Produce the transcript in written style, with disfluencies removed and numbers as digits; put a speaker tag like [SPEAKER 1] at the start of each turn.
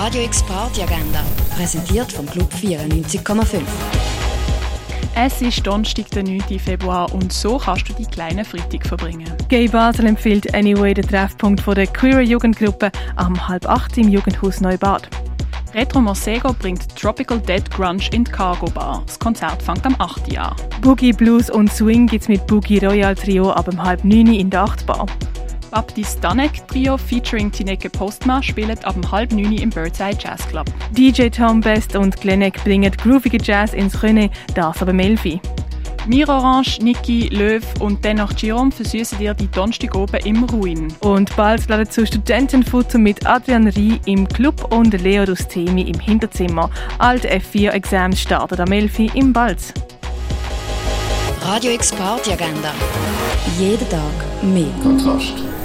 [SPEAKER 1] Radio X Party Agenda, präsentiert vom Club 94,5.
[SPEAKER 2] Es ist Donnerstag, der 9. Februar und so kannst du die kleinen Freitag verbringen.
[SPEAKER 3] Gay Basel empfiehlt Anyway den Treffpunkt der Queer Jugendgruppe am 7:30 im Jugendhaus Neubad.
[SPEAKER 2] Retro Morsego bringt Tropical Dead Grunge in die Cargo Bar. Das Konzert fängt am 8. an.
[SPEAKER 3] Boogie, Blues und Swing gibt's mit Boogie Royal Trio ab 8:30 in der 8 Bar.
[SPEAKER 2] Baptiste Danek Trio featuring Tineke Postma spielt ab 8:30 im Birdseye Jazz Club.
[SPEAKER 3] DJ Tom Best und Glenek bringen groovige Jazz ins René, das aber Melfi.
[SPEAKER 2] Mir Orange, Niki, Löw und dennoch Jerome versüßen dir die Donnerstag oben im Ruin.
[SPEAKER 3] Und bald laden zu Studentenfutter mit Adrian Rie im Club und Leo Rustemi im Hinterzimmer. Alt F4-Exams startet am 11 im Balz.
[SPEAKER 1] Radio X Party Agenda. Jeden Tag mehr Kontrast.